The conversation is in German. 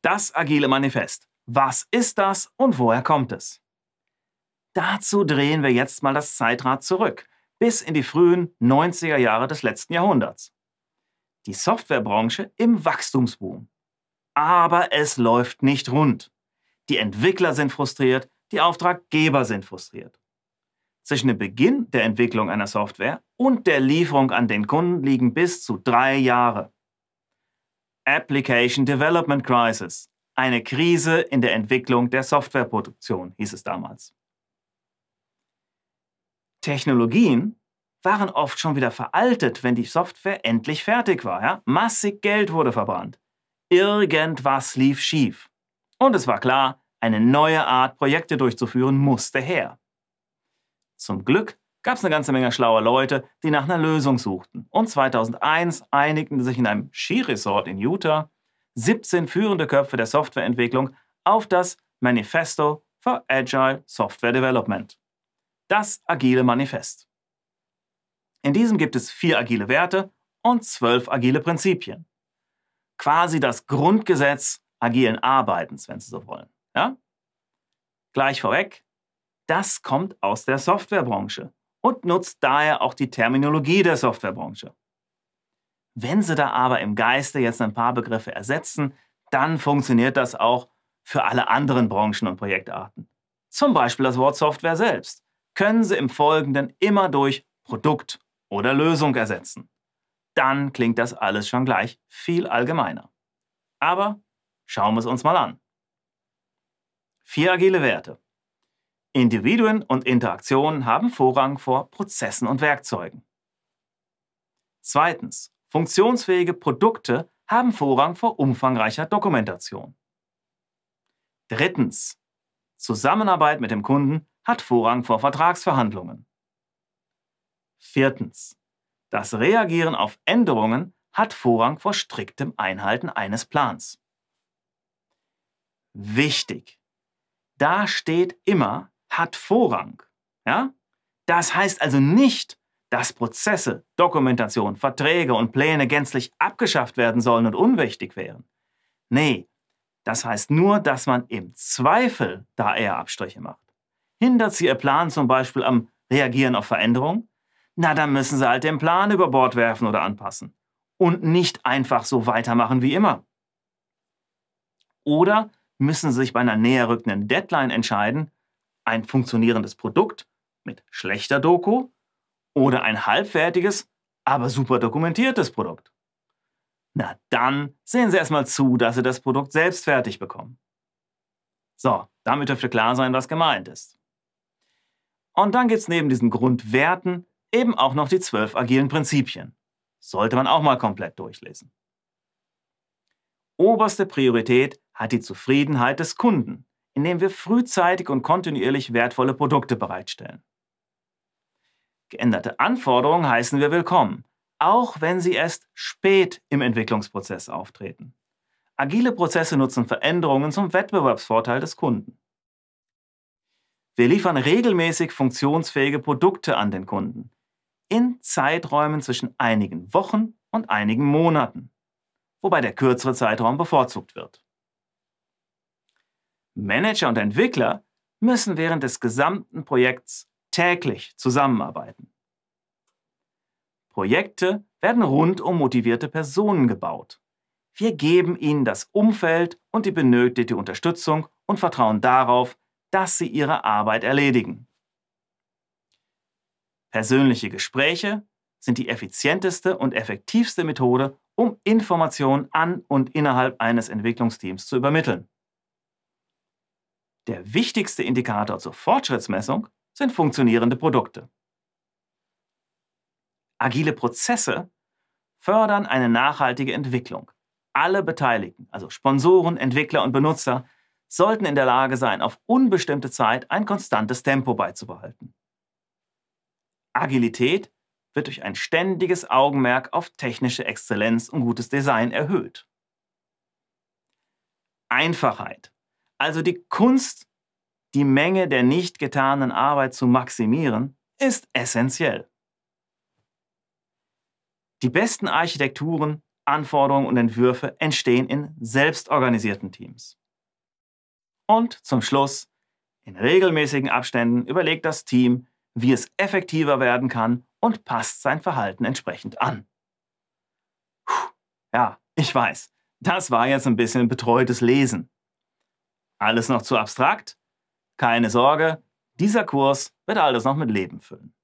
Das Agile Manifest. Was ist das und woher kommt es? Dazu drehen wir jetzt mal das Zeitrad zurück, bis in die frühen 90er Jahre des letzten Jahrhunderts. Die Softwarebranche im Wachstumsboom. Aber es läuft nicht rund. Die Entwickler sind frustriert, die Auftraggeber sind frustriert. Zwischen dem Beginn der Entwicklung einer Software und der Lieferung an den Kunden liegen bis zu 3 Jahre. Application Development Crisis. Eine Krise in der Entwicklung der Softwareproduktion, hieß es damals. Technologien waren oft schon wieder veraltet, wenn die Software endlich fertig war. Ja? Massig Geld wurde verbrannt. Irgendwas lief schief. Und es war klar, eine neue Art, Projekte durchzuführen, musste her. Zum Glück gab es eine ganze Menge schlauer Leute, die nach einer Lösung suchten. Und 2001 einigten sich in einem Skiresort in Utah 17 führende Köpfe der Softwareentwicklung auf das Manifesto for Agile Software Development. Das Agile Manifest. In diesem gibt es 4 agile Werte und 12 agile Prinzipien. Quasi das Grundgesetz agilen Arbeitens, wenn Sie so wollen. Ja? Gleich vorweg, das kommt aus der Softwarebranche und nutzt daher auch die Terminologie der Softwarebranche. Wenn Sie da aber im Geiste jetzt ein paar Begriffe ersetzen, dann funktioniert das auch für alle anderen Branchen und Projektarten. Zum Beispiel das Wort Software selbst können Sie im Folgenden immer durch Produkt oder Lösung ersetzen. Dann klingt das alles schon gleich viel allgemeiner. Aber schauen wir es uns mal an. 4 agile Werte. Individuen und Interaktionen haben Vorrang vor Prozessen und Werkzeugen. 2. Funktionsfähige Produkte haben Vorrang vor umfangreicher Dokumentation. 3. Zusammenarbeit mit dem Kunden hat Vorrang vor Vertragsverhandlungen. 4. Das Reagieren auf Änderungen hat Vorrang vor striktem Einhalten eines Plans. Wichtig. Da steht immer, hat Vorrang. Ja? Das heißt also nicht, dass Prozesse, Dokumentation, Verträge und Pläne gänzlich abgeschafft werden sollen und unwichtig wären. Nee, das heißt nur, dass man im Zweifel da eher Abstriche macht. Hindert Sie Ihr Plan zum Beispiel am Reagieren auf Veränderungen? Na, dann müssen Sie halt den Plan über Bord werfen oder anpassen. Und nicht einfach so weitermachen wie immer. Oder müssen Sie sich bei einer näher rückenden Deadline entscheiden, ein funktionierendes Produkt mit schlechter Doku oder ein halbfertiges, aber super dokumentiertes Produkt? Na, dann sehen Sie erstmal zu, dass Sie das Produkt selbst fertig bekommen. So, damit dürfte klar sein, was gemeint ist. Und dann gibt es neben diesen Grundwerten eben auch noch die 12 agilen Prinzipien. Sollte man auch mal komplett durchlesen. Oberste Priorität hat die Zufriedenheit des Kunden, indem wir frühzeitig und kontinuierlich wertvolle Produkte bereitstellen. Geänderte Anforderungen heißen wir willkommen, auch wenn sie erst spät im Entwicklungsprozess auftreten. Agile Prozesse nutzen Veränderungen zum Wettbewerbsvorteil des Kunden. Wir liefern regelmäßig funktionsfähige Produkte an den Kunden, in Zeiträumen zwischen einigen Wochen und einigen Monaten, wobei der kürzere Zeitraum bevorzugt wird. Manager und Entwickler müssen während des gesamten Projekts täglich zusammenarbeiten. Projekte werden rund um motivierte Personen gebaut. Wir geben ihnen das Umfeld und die benötigte Unterstützung und vertrauen darauf, dass sie ihre Arbeit erledigen. Persönliche Gespräche sind die effizienteste und effektivste Methode, um Informationen an und innerhalb eines Entwicklungsteams zu übermitteln. Der wichtigste Indikator zur Fortschrittsmessung sind funktionierende Produkte. Agile Prozesse fördern eine nachhaltige Entwicklung. Alle Beteiligten, also Sponsoren, Entwickler und Benutzer, sollten in der Lage sein, auf unbestimmte Zeit ein konstantes Tempo beizubehalten. Agilität wird durch ein ständiges Augenmerk auf technische Exzellenz und gutes Design erhöht. Einfachheit, also die Kunst, die Menge der nicht getanen Arbeit zu maximieren, ist essentiell. Die besten Architekturen Anforderungen und Entwürfe entstehen in selbstorganisierten Teams. Und zum Schluss, in regelmäßigen Abständen überlegt das Team, wie es effektiver werden kann und passt sein Verhalten entsprechend an. Ja, ich weiß, das war jetzt ein bisschen betreutes Lesen. Alles noch zu abstrakt? Keine Sorge, dieser Kurs wird alles noch mit Leben füllen.